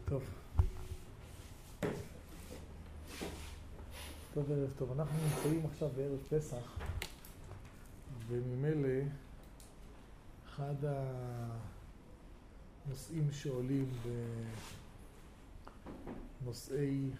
טוב. טוב, ערב טוב. אנחנו נמצאים עכשיו בערב פסח, וממילא אחד הנושאים שעולים בנושאי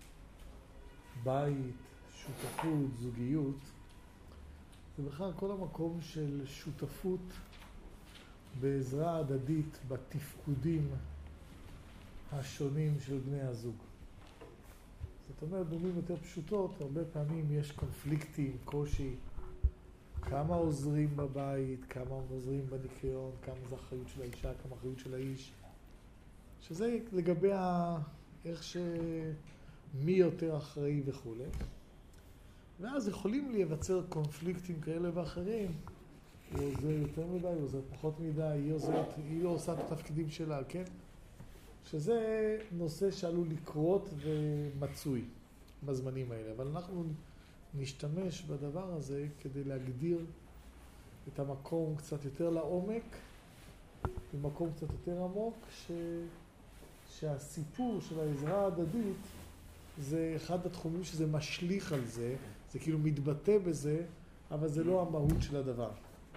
בית, שותפות, זוגיות, זה בכלל כל המקום של שותפות בעזרה הדדית בתפקודים השונים של בני הזוג. זאת אומרת, במילים יותר פשוטות, הרבה פעמים יש קונפליקטים, קושי, כמה עוזרים בבית, כמה עוזרים בניקיון, כמה זה אחריות של האישה, כמה אחריות של האיש, שזה לגבי איך מי יותר אחראי וכו'. ואז יכולים להיווצר קונפליקטים כאלה ואחרים. היא עוזר יותר מדי, היא עוזר פחות מדי, היא לא עושה את התפקידים שלה, כן? שזה נושא שעלול לקרות ומצוי בזמנים האלה. אבל אנחנו נשתמש בדבר הזה כדי להגדיר את המקום קצת יותר לעומק, במקום קצת יותר עמוק, שהסיפור של העזרה ההדדית זה אחד התחומים שזה משליך על זה, זה כאילו מתבטא בזה, אבל זה לא המהות של הדבר.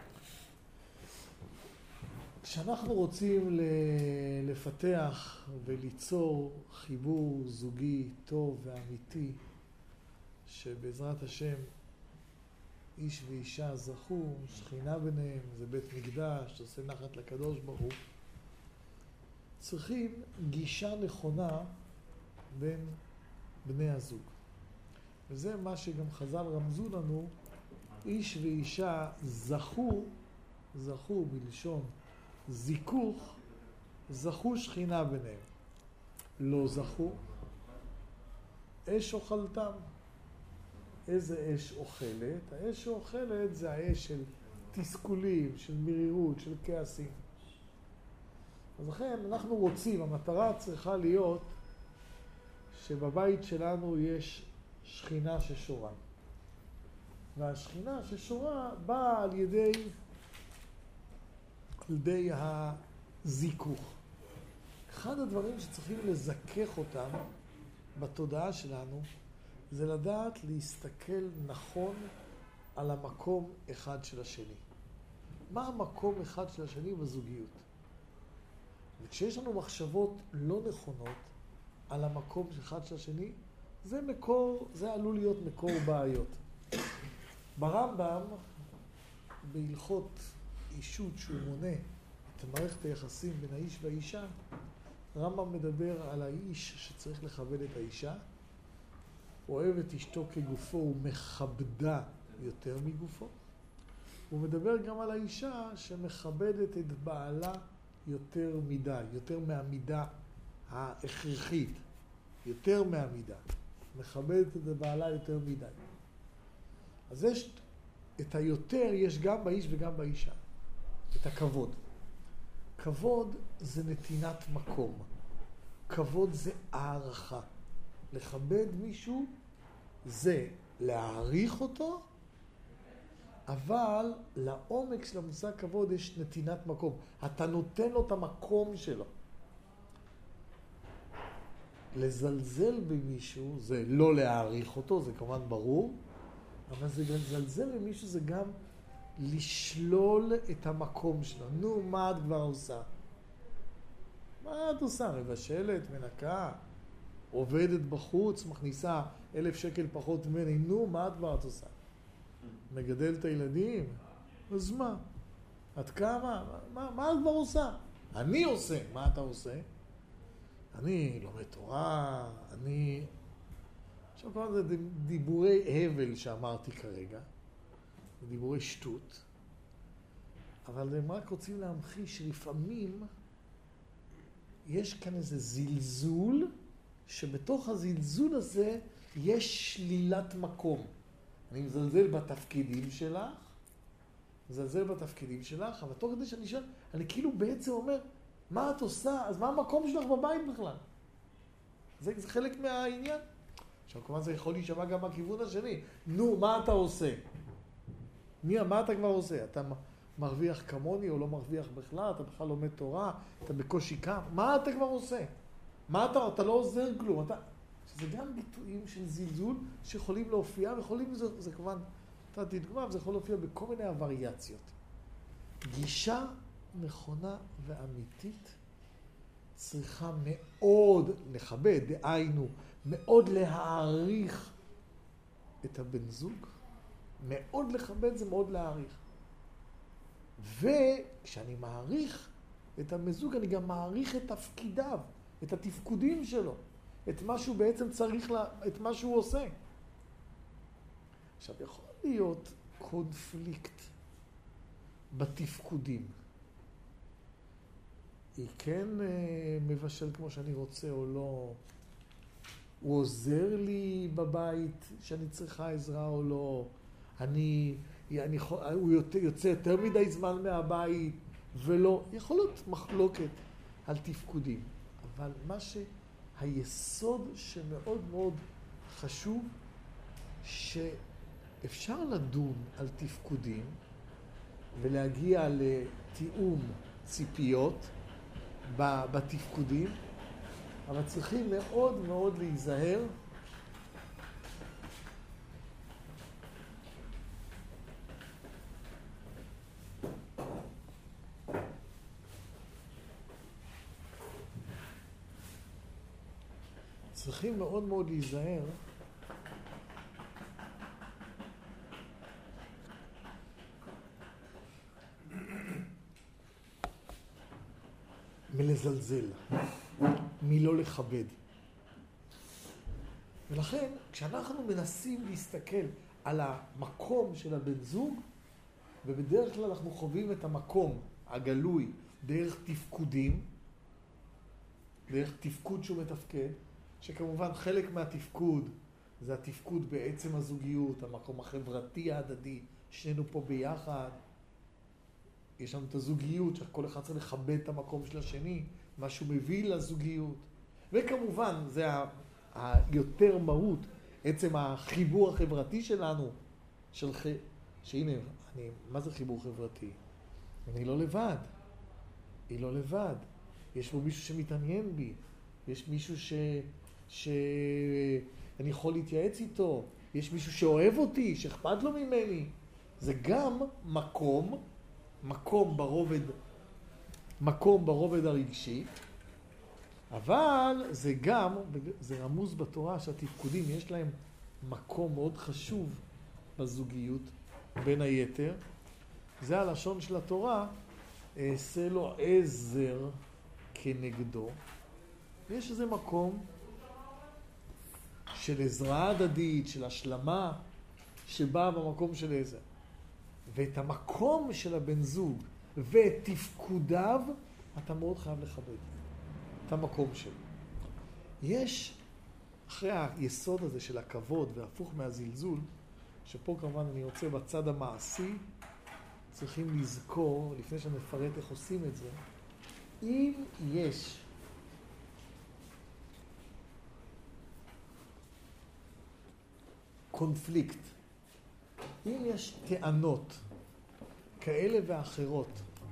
כשאנחנו רוצים לפתח וליצור חיבור זוגי טוב ואמיתי, שבעזרת השם איש ואישה זכו, שכינה ביניהם, זה בית מקדש, עושה נחת לקדוש ברוך הוא, צריכים גישה נכונה בין בני הזוג. וזה מה שגם חז"ל רמזו לנו, איש ואישה זכו בלשון זיכוך, זכו שכינה ביניהם. לא זכו, אש אוכלתם. איזה אש אוכלת? האש שאוכלת זה האש של תסכולים, של מרירות, של כעסים. אז לכן אנחנו רוצים, המטרה צריכה להיות שבבית שלנו יש שכינה ששורה. והשכינה ששורה באה על ידי הזיכוך. אחד הדברים שצריכים לזכך אותם בתודעה שלנו, זה לדעת להסתכל נכון על המקום אחד של השני. מה המקום אחד של השני בזוגיות? וכשיש לנו מחשבות לא נכונות על המקום אחד של השני, זה עלול להיות מקור בעיות. ברמב"ם, בהלכות אישות שהוא מונה את מערכת היחסים בין האיש והאישה, רמב"ם מדבר על האיש שצריך לכבד את האישה, אוהב את אשתו כגופו ומכבדה יותר מגופו. הוא מדבר גם על האישה שמכבדת את בעלה יותר מדי, יותר מהמידה ההכרחית, יותר מהמידה. מכבדת את בעלה יותר מדי. אז יש את היותר, יש גם באיש וגם באישה. את הכבוד. כבוד זה נתינת מקום. כבוד זה הערכה. לכבד מישהו זה להעריך אותו, אבל לעומק של המושג כבוד יש נתינת מקום. אתה נותן לו את המקום שלו. לזלזל במישהו זה לא להעריך אותו, זה כמובן ברור, אבל זה גם לזלזל במישהו זה גם לשלול את המקום שלו. נו, מה את כבר עושה? מה את עושה? מבשלת, מנקה, עובדת בחוץ, מכניסה 1,000 שקל פחות ממני. נו, מה את כבר עושה? מגדל את הילדים? אז מה? עד כמה? מה את כבר עושה? אני עושה. מה אתה עושה? אני לומד תורה, עכשיו כבר זה דיבורי הבל שאמרתי כרגע, דיבורי שטות, אבל הם רק רוצים להמחיש שלפעמים יש כאן איזה זלזול, שבתוך הזלזול הזה יש שלילת מקום. אני מזלזל בתפקידים שלך, אבל תוך כדי שאני שואל, אני כאילו בעצם אומר, מה את עושה? אז מה המקום שלך בבית בכלל? זה חלק מהעניין. עכשיו, כמובן זה יכול להישמע גם בכיוון השני. נו, מה אתה עושה? מה אתה כבר עושה? אתה מרוויח כמוני או לא מרוויח בכלל? אתה בכלל לומד תורה? אתה בקושי קם? מה אתה כבר עושה? אתה לא עוזר כלום. שזה גם ביטויים של זלזול שיכולים להופיע, ויכולים, זה כמובן, נתתי דוגמה, וזה יכול להופיע בכל מיני הווריאציות. גישה נכונה ואמיתית צריכה מאוד לכבד, דהיינו, מאוד להעריך את הבן זוג. מאוד לכבד זה מאוד להעריך. וכשאני מעריך את הבן זוג, אני גם מעריך את תפקידיו, את התפקודים שלו, את מה שהוא בעצם צריך, את מה שהוא עושה. עכשיו, יכול להיות קונפליקט בתפקודים. היא כן מבשל כמו שאני רוצה או לא. הוא עוזר לי בבית שאני צריכה עזרה או לא. הוא יוצא יותר מדי זמן מהבית ולא. יכול להיות מחלוקת על תפקודים. אבל מה שהיסוד שמאוד מאוד חשוב, שאפשר לדון על תפקודים ולהגיע לתיאום ציפיות בתפקודים, אבל צריכים מאוד מאוד להיזהר מלזלזל, מלא לכבד. ולכן, כשאנחנו מנסים להסתכל על המקום של הבן זוג, ובדרך כלל אנחנו חווים את המקום הגלוי דרך תפקודים, דרך תפקוד שהוא מתפקד, שכמובן חלק מהתפקוד זה התפקוד בעצם הזוגיות, המקום החברתי ההדדי, שנינו פה ביחד. יש לנו את הזוגיות, שכל אחד צריך לכבד את המקום של השני, מה שהוא מביא לזוגיות. וכמובן, זה היותר מהות, עצם החיבור החברתי שלנו, שהנה, מה זה חיבור חברתי? אני לא לבד. היא לא לבד. יש פה מישהו שמתעניין בי. יש מישהו שאני יכול להתייעץ איתו. יש מישהו שאוהב אותי, שאכפת לו ממני. זה גם מקום ברובד הרגשי, אבל זה גם, זה רמוז בתורה שהתפקודים יש להם מקום מאוד חשוב בזוגיות, בין היתר. זה הלשון של התורה, אעשה לו עזר כנגדו. יש איזה מקום של עזרה הדדית, של השלמה, שבאה במקום של עזר. ואת המקום של הבן זוג ואת תפקודיו, אתה מאוד חייב לכבד את המקום שלו. יש, אחרי היסוד הזה של הכבוד והפוך מהזלזול, שפה כמובן אני רוצה בצד המעשי, צריכים לזכור, לפני שאני מפרט איך עושים את זה, אם יש קונפליקט, אם יש טענות כאלה ואחרות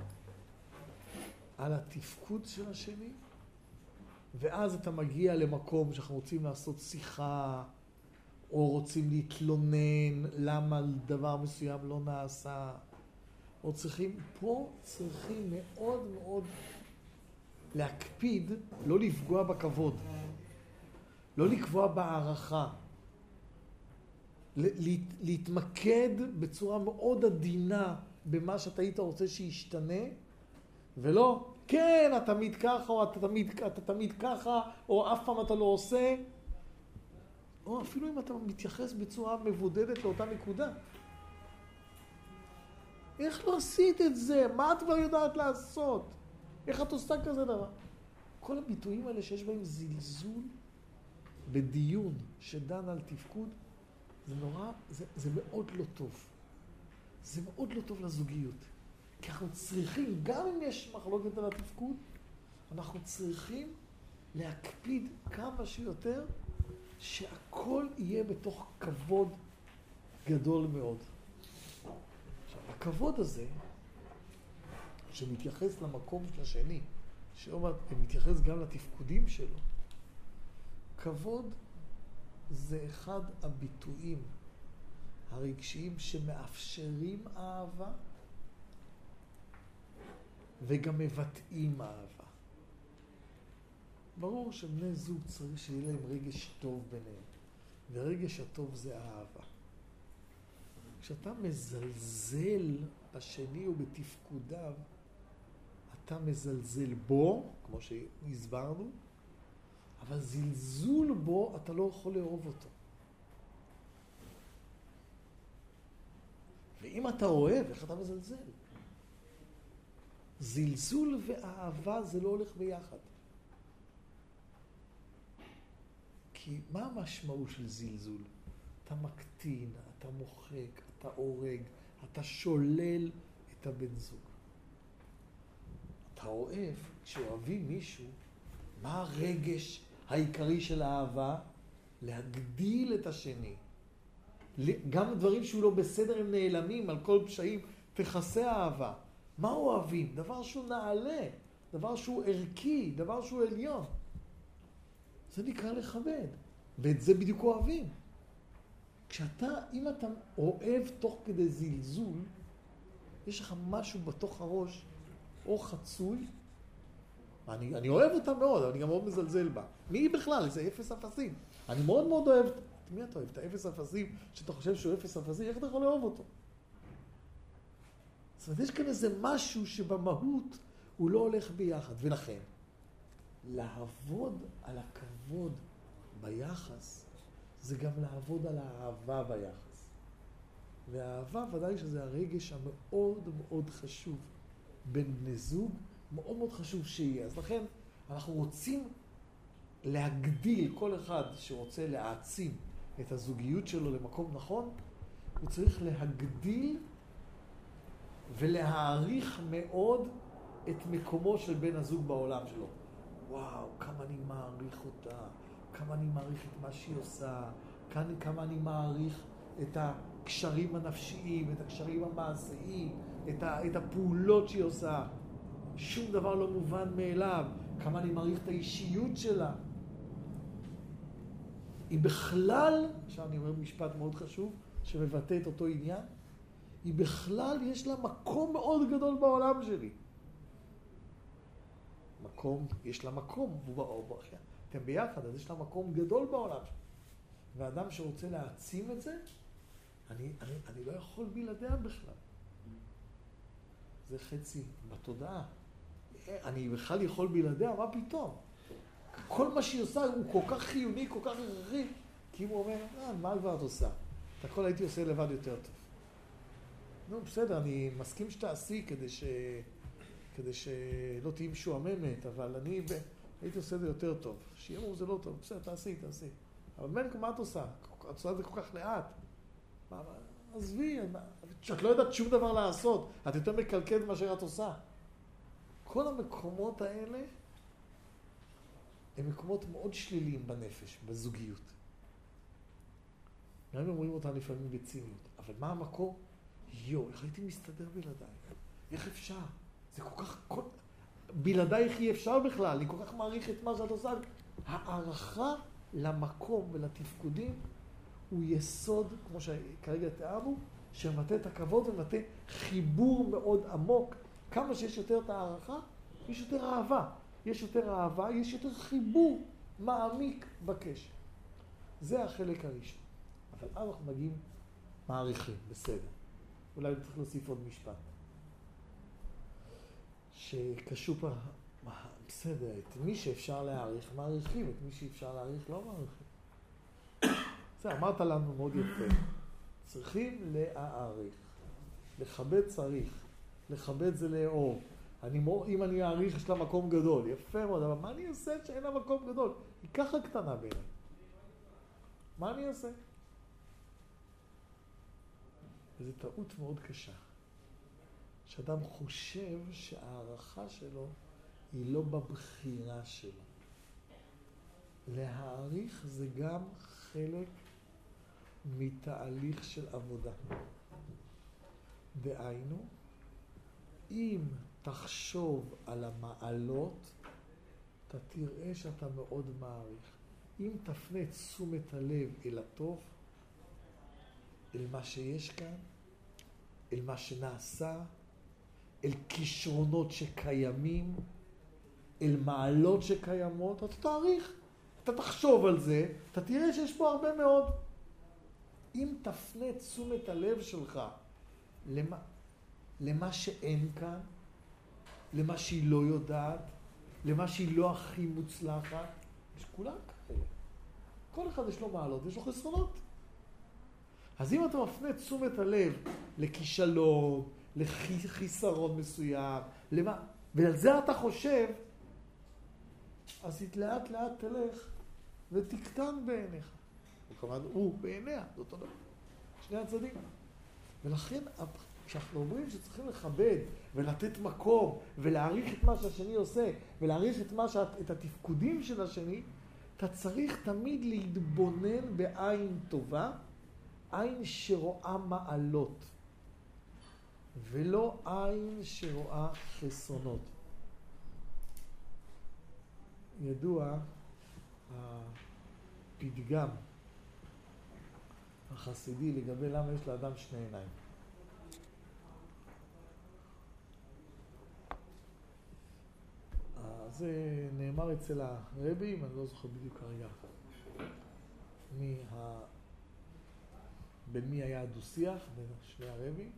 על התפקוד של השני, ואז אתה מגיע למקום שאנחנו רוצים לעשות שיחה, או רוצים להתלונן למה דבר מסוים לא נעשה, או צריכים מאוד מאוד להקפיד, לא לפגוע בכבוד, לא לקבוע בהערכה, להתמקד בצורה מאוד עדינה במה שאתה היית רוצה שישתנה, ולא, כן, אתה תמיד ככה, או אתה תמיד ככה, או אף פעם אתה לא עושה, או אפילו אם אתה מתייחס בצורה מבודדת לאותה נקודה. איך לא עשית את זה? מה את כבר יודעת לעשות? איך את עושה כזה דבר? כל הביטויים האלה שיש בהם זלזול בדיון שדן על תפקוד, זה נורא, זה מאוד לא טוב. זה מאוד לא טוב לזוגיות. כי אנחנו צריכים, גם אם יש מחלוקת על התפקוד, אנחנו צריכים להקפיד כמה שיותר שהכל יהיה בתוך כבוד גדול מאוד. עכשיו, הכבוד הזה, שמתייחס למקום של השני, שמתייחס גם לתפקודים שלו, כבוד זה אחד הביטויים הרגשיים שמאפשרים אהבה וגם מבטאים אהבה. ברור שבני זוג צריך שיהיה להם רגש טוב ביניהם, ורגש הטוב זה אהבה. כשאתה מזלזל בשני ובתפקודיו, אתה מזלזל בו, כמו שהסברנו, אבל זלזול בו אתה לא יכול לאהוב אותו. ואם אתה אוהב, איך אתה מזלזל? זלזול ואהבה זה לא הולך ביחד. כי מה המשמעות של זלזול? אתה מקטין, אתה מוחק, אתה הורג, אתה שולל את הבן זוג. אתה אוהב, כשאוהבים מישהו, מה הרגש העיקרי של האהבה? להגדיל את השני. גם דברים שהוא לא בסדר הם נעלמים, על כל פשעים תכסה האהבה. מה אוהבים? דבר שהוא נעלה, דבר שהוא ערכי, דבר שהוא עליון. זה נקרא לכבד, ואת זה בדיוק אוהבים. אם אתה אוהב תוך כדי זלזול, יש לך משהו בתוך הראש, או חצוי, אני אוהב אותה מאוד, אבל אני גם מאוד מזלזל בה. מי בכלל? זה אפס אפסים. אני מאוד מאוד אוהב, מי אתה אוהב? את האפס אפסים, שאתה חושב שהוא אפס אפסי, איך אתה יכול לאהוב אותו? זאת אומרת, יש כאן איזה משהו שבמהות הוא לא הולך ביחד, ולכן, לעבוד על הכבוד ביחס, זה גם לעבוד על האהבה ביחס. והאהבה ודאי שזה הרגש המאוד מאוד חשוב בין בני זוג, מאוד מאוד חשוב שיהיה. אז לכן אנחנו רוצים להגדיל, כל אחד שרוצה להעצים את הזוגיות שלו למקום נכון, הוא צריך להגדיל ולהעריך מאוד את מקומו של בן הזוג בעולם שלו. וואו, כמה אני מעריך אותה, כמה אני מעריך את מה שהיא עושה, כמה אני מעריך את הקשרים הנפשיים, את הקשרים המעשיים, את הפעולות שהיא עושה. שום דבר לא מובן מאליו. כמה אני מעריך את האישיות שלה. היא בכלל, עכשיו אני אומר משפט מאוד חשוב, שמבטא את אותו עניין, היא בכלל יש לה מקום מאוד גדול בעולם שלי. יש לה מקום, אתם ביחד, אז יש לה מקום גדול בעולם שלי. ואדם שרוצה להעצים את זה, אני לא יכול בלעדיה בכלל. זה חצי בתודעה. אני בכלל יכול בלעדיה, מה פתאום? כל מה שהיא עושה הוא כל כך חיוני, כל כך הכרחי, כי הוא אומר, מה כבר את עושה? את הכל הייתי עושה לבד יותר טוב. נו, בסדר, אני מסכים שתעשי כדי שלא תהיי משועממת, אבל אני הייתי עושה את זה יותר טוב. שיאמרו זה לא טוב, בסדר, תעשי. אבל מנק, מה את עושה? את עושה את זה כל כך לאט. עזבי, שאת לא יודעת שום דבר לעשות, את יותר מקלקלת מה שאת עושה. כל המקומות האלה הם מקומות מאוד שליליים בנפש, בזוגיות. גם אומרים אותם לפעמים בציניות. אבל מה המקום? איך הייתי מסתדר בלעדיי? איך אפשר? זה כל כך... בלעדייך אי אפשר בכלל, אני כל כך מעריך את מה שאת עושה. הערכה למקום ולתפקודים הוא יסוד, כמו שכרגע תיארנו, שמבטא את הכבוד ומבטא חיבור מאוד עמוק. כמה שיש יותר את הערכה, יש יותר אהבה. יש יותר אהבה, יש יותר חיבור מעמיק בקשר. זה החלק הראשון. אבל אז אנחנו מגיעים מעריכים, בסדר. אולי צריך להוסיף עוד משפט. שקשור פה, בסדר, את מי שאפשר להעריך, מעריכים, את מי שאפשר להעריך, לא מעריכים. זה אמרת לנו מאוד יפה. צריכים להעריך. לכבד צריך. לכבד זה לאהוב. אם אני אעריך, יש לה מקום גדול. יפה מאוד, אבל מה אני עושה שאין לה מקום גדול? היא ככה קטנה בעיניי. מה אני עושה? וזו טעות מאוד קשה. שאדם חושב שהערכה שלו היא לא בבחירה שלו. להעריך זה גם חלק מתהליך של עבודה. דהיינו, אם תחשוב על המעלות, אתה תראה שאתה מאוד מעריך. אם תפנה תשומת הלב אל הטוב, אל מה שיש כאן, אל מה שנעשה, אל כישרונות שקיימים, אל מעלות שקיימות, אתה תעריך, אתה תחשוב על זה, אתה תראה שיש פה הרבה מאוד. אם תפנה תשומת הלב שלך למה שאין כאן, למה שהיא לא יודעת, למה שהיא לא הכי מוצלחת, יש כולם כאלה. כל אחד יש לו מעלות ויש לו חסרונות. אז אם אתה מפנה תשומת הלב לכישלון, לחיסרון מסוים, ועל זה אתה חושב, אז לאט לאט תלך ותקטן בעיניך. וכמובן, הוא בעיניה, זאת אומרת, שני הצדדים. ולכן, כשאנחנו אומרים שצריכים לכבד ולתת מקום ולהעריך את מה שהשני עושה ולהעריך את התפקודים של השני, אתה צריך תמיד להתבונן בעין טובה, עין שרואה מעלות, ולא עין שרואה חסרונות. ידוע הפתגם החסידי לגבי למה יש לאדם שני עיניים. זה נאמר אצל הרבים, אני לא זוכר בדיוק כרגע בין מי היה הדו-שיח, בין שני הרבים.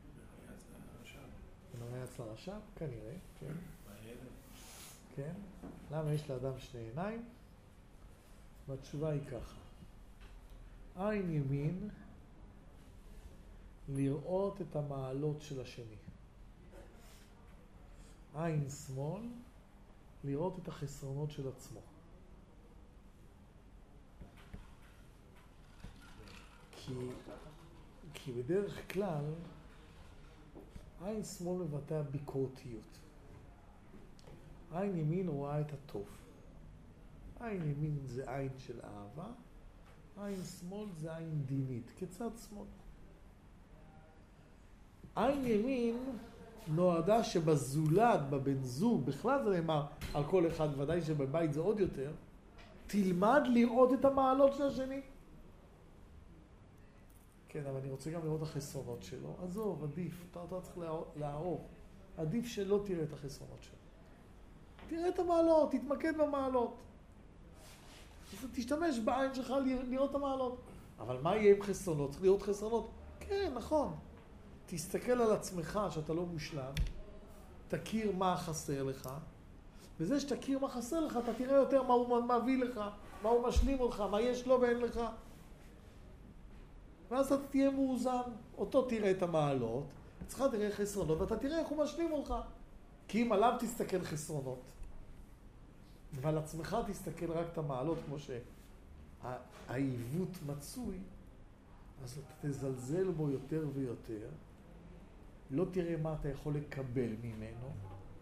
בין הרייץ לרש"ב, כנראה, כן. כן. למה יש לאדם שני עיניים? והתשובה היא ככה. עין ימין, לראות את המעלות של השני. עין שמאל, לראות את החסרונות של עצמו. כי בדרך כלל, עין שמאל מבטא ביקורתיות. עין ימין רואה את הטוב. עין ימין זה עין של אהבה, עין שמאל זה עין דינית. כיצד שמאל? עין ימין נועדה שבזולת, בבן זוג, בכלל זה נאמר על כל אחד, ודאי שבבית זה עוד יותר, תלמד לראות את המעלות של השני. כן, אבל אני רוצה גם לראות את החסרונות שלו. עזוב, עדיף, אתה צריך לערוך. עדיף שלא תראה את החסרונות שלו. תראה את המעלות, תתמקד במעלות. תשתמש בעין שלך לראות את המעלות. אבל מה יהיה עם חסרונות? צריך לראות חסרונות. כן, נכון. תסתכל על עצמך שאתה לא מושלם, תכיר מה חסר לך, וזה שתכיר מה חסר לך, אתה תראה יותר מה הוא מביא לך, מה הוא משלים אותך, מה יש לו ואין לך. ואז אתה תהיה מאוזן, אותו תראה את המעלות, אצלך תראה חסרונות, ואתה תראה איך הוא משלים אותך. כי אם עליו תסתכל חסרונות, ועל עצמך תסתכל רק את המעלות, כמו שהעיוות מצוי, אז אתה תזלזל בו יותר ויותר, לא תראה מה אתה יכול לקבל ממנו,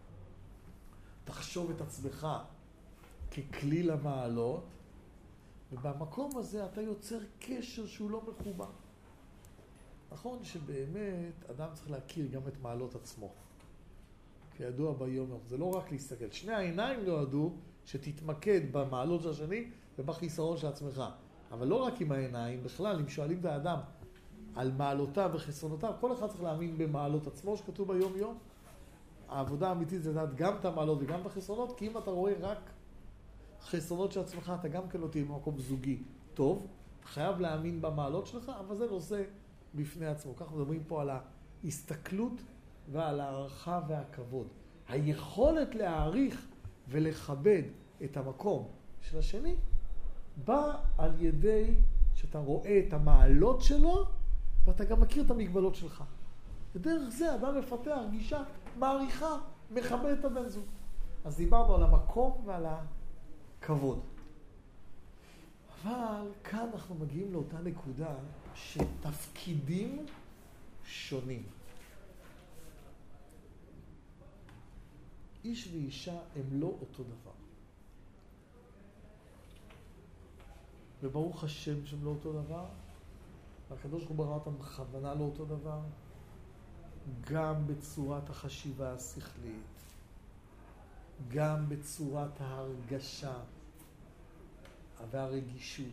תחשוב את עצמך ככלי למעלות, ובמקום הזה אתה יוצר קשר שהוא לא מחובר. נכון שבאמת אדם צריך להכיר גם את מעלות עצמו. כידוע ביום יום, זה לא רק להסתכל. שני העיניים נועדו שתתמקד במעלות של השני ובחיסרון של עצמך. אבל לא רק עם העיניים, בכלל, אם שואלים את האדם על מעלותיו וחסרונותיו, כל אחד צריך להאמין במעלות עצמו שכתוב ביום יום. העבודה האמיתית זה לדעת גם את המעלות וגם את החסרונות, כי אם אתה רואה רק חסרונות של עצמך, אתה גם כן לא תהיה במקום זוגי טוב, אתה חייב להאמין במעלות שלך, אבל זה נושא בפני עצמו. כך מדברים פה על ההסתכלות ועל הערכה והכבוד. היכולת להעריך ולכבד את המקום של השני, בא על ידי שאתה רואה את המעלות שלו, ואתה גם מכיר את המגבלות שלך. ודרך זה אדם מפתח גישה מעריכה, מכבד את הבן זוג. אז דיברנו על המקום ועל הכבוד. אבל כאן אנחנו מגיעים לאותה נקודה שתפקידים שונים. איש ואישה הם לא אותו דבר. וברוך השם שהם לא אותו דבר, והקדוש ברוך הוא ברא אותם בכוונה לא אותו דבר, גם בצורת החשיבה השכלית, גם בצורת ההרגשה, והרגישות,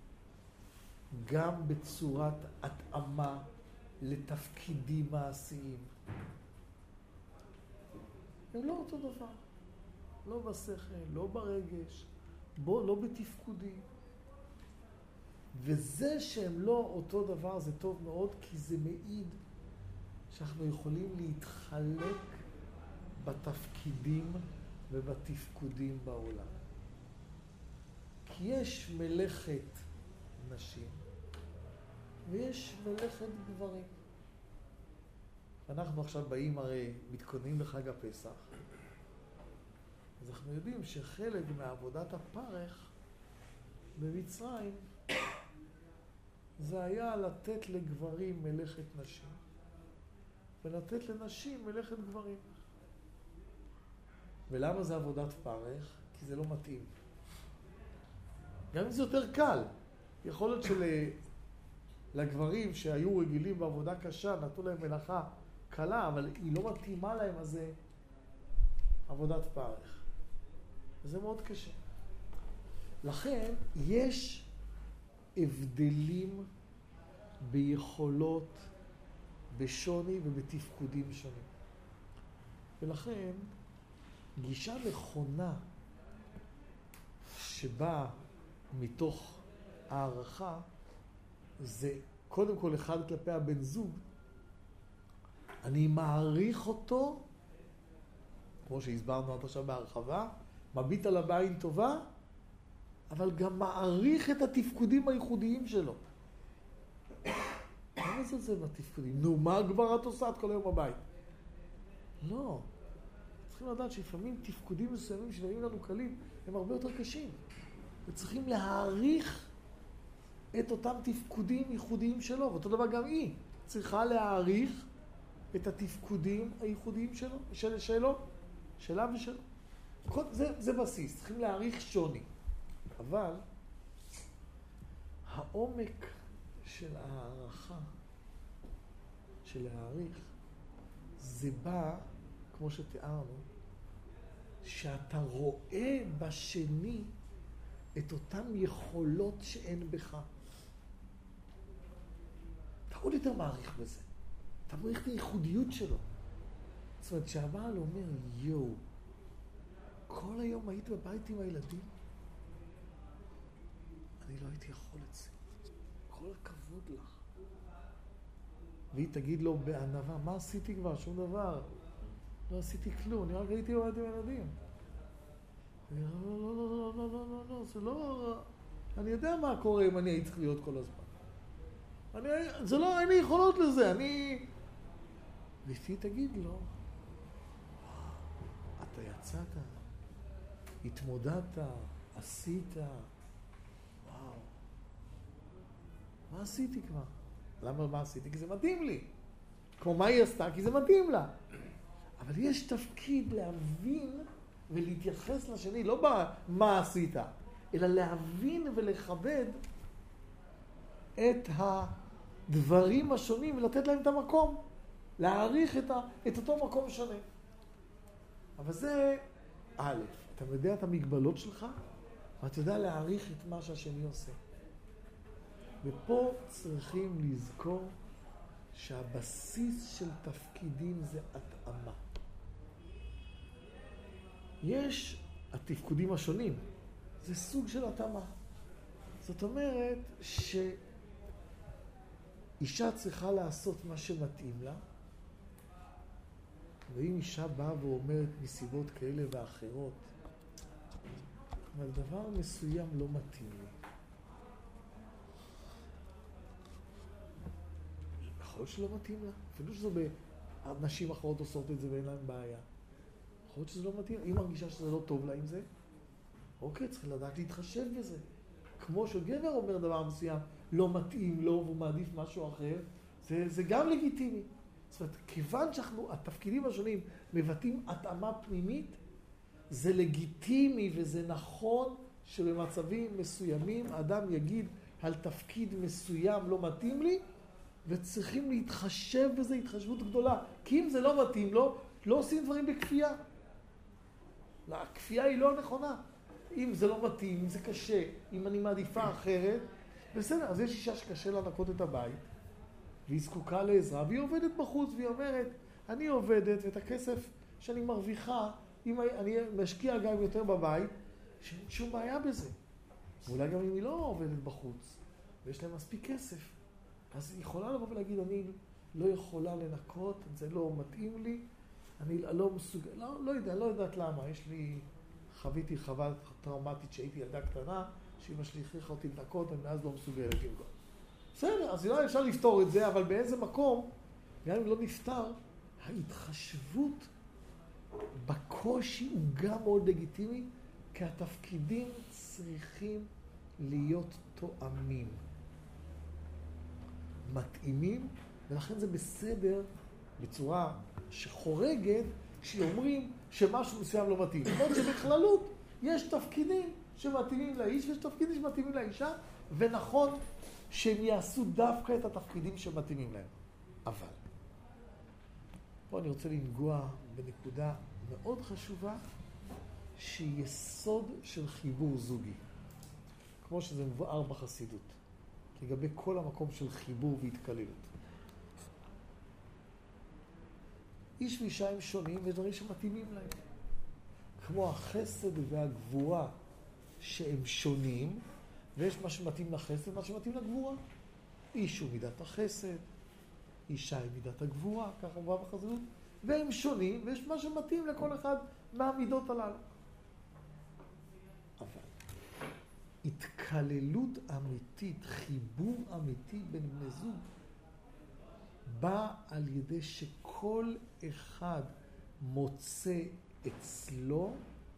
גם בצורת התאמה לתפקידים מעשיים. הם לא אותו דבר. לא בשכל, לא ברגש, לא בתפקודים. וזה שהם לא אותו דבר זה טוב מאוד, כי זה מעיד שאנחנו יכולים להתחלק בתפקידים ובתפקודים בעולם. כי יש מלאכת נשים ויש מלאכת גברים. אנחנו עכשיו באים הרי מתכוננים לחג הפסח, אז אנחנו יודעים שחלק מעבודת הפרך במצרים זה היה לתת לגברים מלאכת נשים ולתת לנשים מלאכת גברים. ולמה זה עבודת פרך? כי זה לא מתאים. גם אם זה יותר קל. יכול להיות שלגברים שהיו רגילים בעבודה קשה, נתנו להם מלאכה קלה, אבל היא לא מתאימה להם, אז זה עבודת פרך. וזה מאוד קשה. לכן יש הבדלים ביכולות, בשוני ובתפקודים שונים. ולכן גישה נכונה שבאה מתוך הערכה זה קודם כל אחד כלפי הבן זוג. אני מעריך אותו, כמו שהסברנו עד עכשיו בהרחבה, מביט עליו בעין טובה, אבל גם מעריך את התפקודים הייחודיים שלו. מה זה בתפקודים? נו, מה כבר את עושה את כל היום בבית? לא. צריכים לדעת שלפעמים תפקודים מסוימים שנראים לנו קלים, הם הרבה יותר קשים. וצריכים להעריך את אותם תפקודים ייחודיים שלו. ואותו דבר גם היא צריכה להעריך את התפקודים הייחודיים שלו, שלה ושלו. זה בסיס, צריכים להעריך שוני. אבל העומק של הערכה, של להעריך, זה בא, כמו שתיארנו, שאתה רואה בשני את אותן יכולות שאין בך. אתה עוד יותר מעריך בזה. אתה מעריך את הייחודיות שלו. זאת אומרת, שהבעל אומר, יו, כל היום היית בבית עם הילדים? אני לא הייתי יכול את זה. כל הכבוד לך. והיא תגיד לו בענווה, מה עשיתי כבר? שום דבר. לא עשיתי כלום, אני רק הייתי בבית עם הילדים. לא, זה לא... אני יודע מה קורה אם אני הייתי צריך להיות כל הזמן. זה לא, אין לי יכולות לזה, ואשתי תגיד לו, אתה יצאת, התמודדת, עשית, וואו. מה עשיתי כבר? למה מה עשיתי? כי זה מתאים לי. כמו מה היא עשתה? כי זה מתאים לה. אבל יש תפקיד להבין ולהתייחס לשני, לא במה עשית, אלא להבין ולכבד את הדברים השונים ולתת להם את המקום, להעריך את אותו מקום שונה. אבל זה א', אתה יודע את המגבלות שלך, ואתה יודע להעריך את מה שהשני עושה. ופה צריכים לזכור שהבסיס של תפקידים זה התאמה. יש התפקודים השונים, זה סוג של התאמה. זאת אומרת שאישה צריכה לעשות מה שמתאים לה, ואם אישה באה ואומרת מסיבות כאלה ואחרות, אבל דבר מסוים לא מתאים לי. יכול להיות שלא מתאים לה, אפילו נשים אחרות עושות את זה ואין להן בעיה. יכול להיות שזה לא מתאים, היא מרגישה שזה לא טוב לה עם זה, אוקיי, צריך לדעת להתחשב בזה. כמו שגבר אומר דבר מסוים, לא מתאים לו והוא מעדיף משהו אחר, זה גם לגיטימי. זאת אומרת, כיוון שהתפקידים השונים מבטאים התאמה פנימית, זה לגיטימי וזה נכון שבמצבים מסוימים אדם יגיד על תפקיד מסוים לא מתאים לי, וצריכים להתחשב בזה התחשבות גדולה. כי אם זה לא מתאים לו, לא עושים דברים בכפייה. הכפייה היא לא נכונה. אם זה לא מתאים, אם זה קשה, אם אני מעדיפה אחרת, בסדר, אז יש אישה שקשה לנקות את הבית, והיא זקוקה לעזרה, והיא עובדת בחוץ, והיא אומרת, אני עובדת, ואת הכסף שאני מרוויחה, אם אני משקיע גם יותר בבית, שאין שום בעיה בזה. ואולי גם אם היא לא עובדת בחוץ, ויש להם מספיק כסף, אז היא יכולה לבוא ולהגיד, אני לא יכולה לנקות, זה לא מתאים לי, אני לא מסוגל, לא יודעת למה, חוויתי חוויה טראומטית שהייתי ילדה קטנה, שאמא שלי הכריחה אותי לנקות, ומאז לא מסוגלת לנקות. בסדר, אז אולי אפשר לפתור את זה, אבל באיזה מקום, גם אם לא נפתר, ההתחשבות בקושי הוא גם מאוד לגיטימי, כי התפקידים צריכים להיות תואמים, מתאימים, ולכן זה בסדר בצורה שחורגת, שאומרים שמשהו מסוים לא מתאים. למרות שבכללות יש תפקידים שמתאימים לאיש, ויש תפקידים שמתאימים לאישה, ונכון שהם יעשו דווקא את התפקידים שמתאימים להם. אבל, פה אני רוצה לנגוע בנקודה מאוד חשובה, שהיא יסוד של חיבור זוגי. כמו שזה מבואר בחסידות, לגבי כל המקום של חיבור והתקללות. איש ואישה הם שונים ודברים שמתאימים להם. כמו החסד והגבורה שהם שונים, ויש מה שמתאים לחסד ומה שמתאים לגבורה. איש הוא מידת החסד, אישה היא מידת הגבורה, ככה מבואר בחסידות, והם שונים, ויש מה שמתאים לכל אחד מהמידות הללו. אבל התקללות אמיתית, חיבור אמיתי בין בני זוג, בא על ידי שכל אחד מוצא אצלו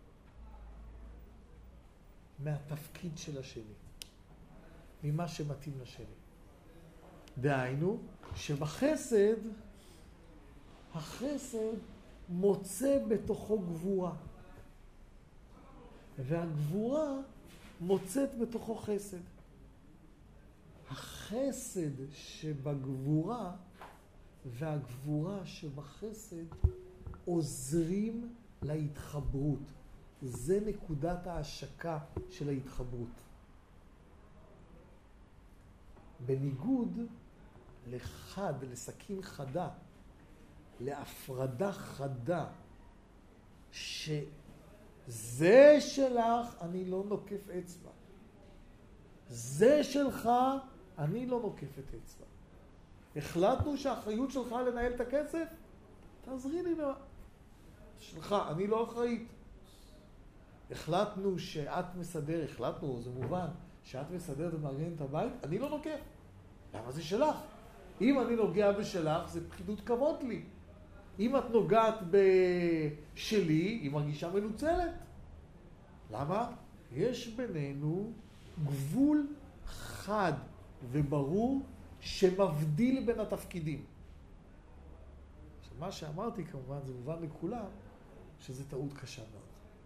מהתפקיד של השני, ממה שמתאים לשני. דהיינו, שבחסד, החסד מוצא בתוכו גבורה, והגבורה מוצאת בתוכו חסד. החסד שבגבורה והגבורה שבחסד עוזרים להתחברות. זה נקודת ההשקה של ההתחברות. בניגוד לחד, לסכין חדה, להפרדה חדה, שזה שלך, אני לא נוקף אצבע. זה שלך, אני לא נוקפת אצבע. החלטנו שהאחריות שלך לנהל את הכסף? תעזרי לי שלך, אני לא אחראית. החלטנו שאת החלטנו, זה מובן, שאת מסדרת ומארגנת את הבית, אני לא נוקף. למה זה שלך? אם אני נוגע בשלך, זה פחידות כבוד לי. אם את נוגעת בשלי, היא מרגישה מנוצלת. למה? יש בינינו גבול חד וברור שמבדיל בין התפקידים. עכשיו, מה שאמרתי כמובן, זה מובן לכולם, שזה טעות קשה מאוד.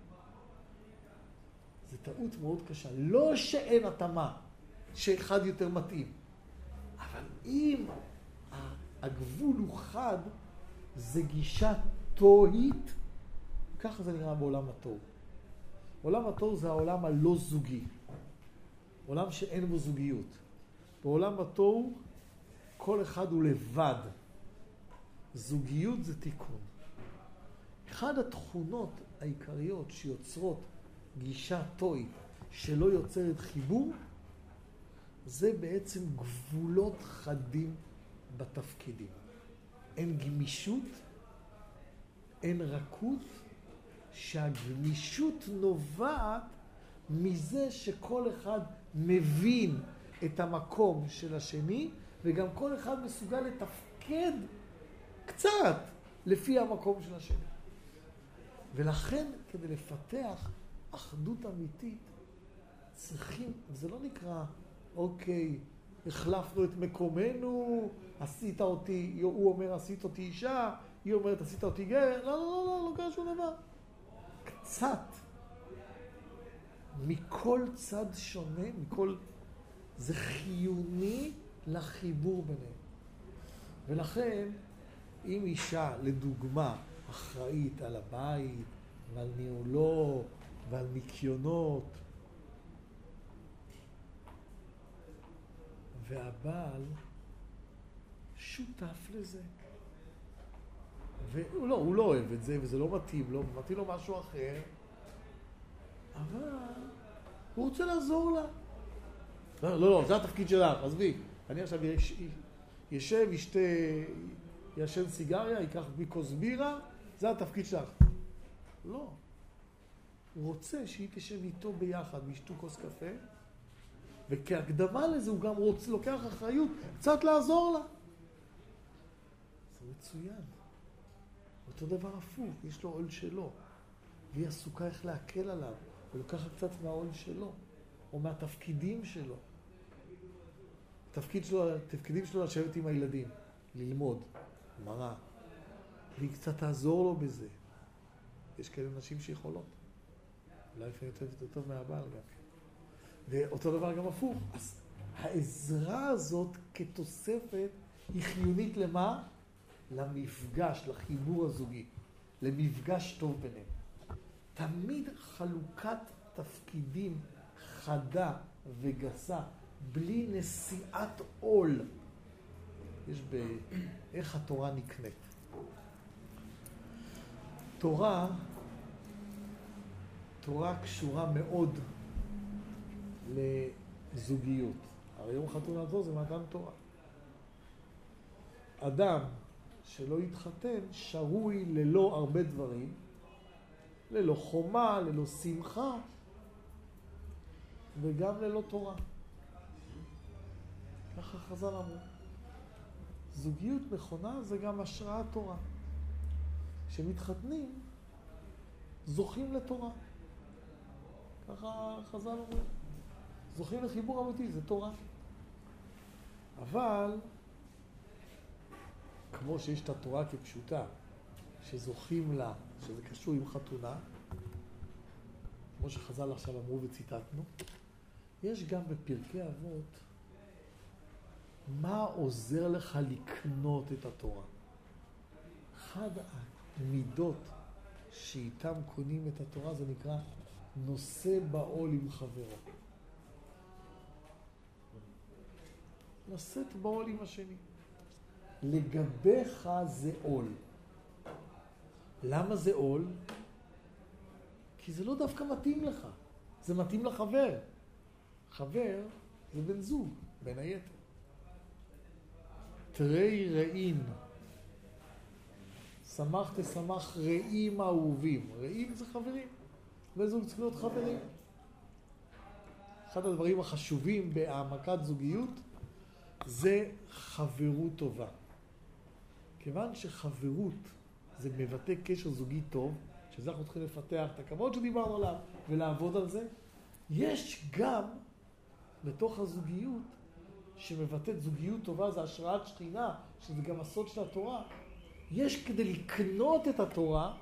זה טעות מאוד קשה. לא שאין התאמה, שאחד יותר מתאים. אבל אם הגבול הוא חד, זה גישה תוהית, ככה זה נראה בעולם התוהו. עולם התוהו זה העולם הלא זוגי. עולם שאין בו זוגיות. בעולם התוהו כל אחד הוא לבד. זוגיות זה תיקון. אחד התכונות העיקריות שיוצרות גישה תוהית שלא יוצרת חיבור, זה בעצם גבולות חדים בתפקידים. אין גמישות, אין רכות, שהגמישות נובעת מזה שכל אחד מבין את המקום של השני, וגם כל אחד מסוגל לתפקד קצת לפי המקום של השני. ולכן, כדי לפתח אחדות אמיתית, צריכים, זה לא נקרא, אוקיי, החלפנו את מקומנו, עשית אותי, הוא אומר עשית אותי אישה, היא אומרת עשית אותי גר, לא קרה שום דבר. קצת, מכל צד שונה, זה חיוני לחיבור ביניהם. ולכן, אם אישה, לדוגמה, אחראית על הבית, ועל ניהולו, ועל ניקיונות. והבעל שותף לזה. הוא לא אוהב את זה, וזה לא מתאים לו, מתאים לו משהו אחר, אבל הוא רוצה לעזור לה. לא, זה התפקיד שלך, עזבי. אני עכשיו ישב, ישן סיגריה, ייקח בכוס בירה, זה התפקיד שלך. לא. הוא רוצה שהיא תשב איתו ביחד, וישתו כוס קפה, וכהקדמה לזה הוא גם לוקח אחריות, קצת לעזור לה. זה מצוין. אותו דבר הפוך, יש לו עול שלו, והיא עסוקה איך להקל עליו, ולוקחת קצת מהעול שלו, או מהתפקידים שלו. תפקידים שלו לשבת עם הילדים, ללמוד, מראה, והיא קצת תעזור לו בזה. יש כאלה נשים שיכולות. אולי לפעמים יותר טוב מהבעל גם. ואותו דבר גם הפוך. אז העזרה הזאת כתוספת היא חיונית למה? למפגש, לחיבור הזוגי, למפגש טוב ביניהם. תמיד חלוקת תפקידים חדה וגסה, בלי נשיאת עול. יש איך התורה נקנית. תורה קשורה מאוד לזוגיות. הרי יום חתונתו זה מתן תורה. אדם שלא יתחתן שרוי ללא הרבה דברים, ללא חומה, ללא שמחה, וגם ללא תורה. ככה חז"ל אמרו. זוגיות נכונה זה גם השראת תורה. כשמתחתנים, זוכים לתורה. ככה חז"ל אומרים. זוכים לחיבור אמיתי, זה תורה. אבל, כמו שיש את התורה כפשוטה, שזוכים לה, שזה קשור עם חתונה, כמו שחז"ל עכשיו אמרו וציטטנו, יש גם בפרקי אבות, מה עוזר לך לקנות את התורה? אחד המידות שאיתם קונים את התורה זה נקרא נושא בעול עם חברו. נושאת בעול עם השני. לגביך זה עול. למה זה עול? כי זה לא דווקא מתאים לך. זה מתאים לחבר. חבר זה בן זוג, בין היתר. תראי רעים. שמח תשמח רעים אהובים. רעים זה חברים. בן זוג צריך להיות חברים. אחד הדברים החשובים בהעמקת זוגיות זה חברות טובה. כיוון שחברות זה מבטא קשר זוגי טוב, שזה אנחנו צריכים לפתח את הכבוד שדיברנו עליו ולעבוד על זה, יש גם בתוך הזוגיות שמבטאת זוגיות טובה, זה השראת שכינה, שזה גם הסוד של התורה. יש כדי לקנות את התורה,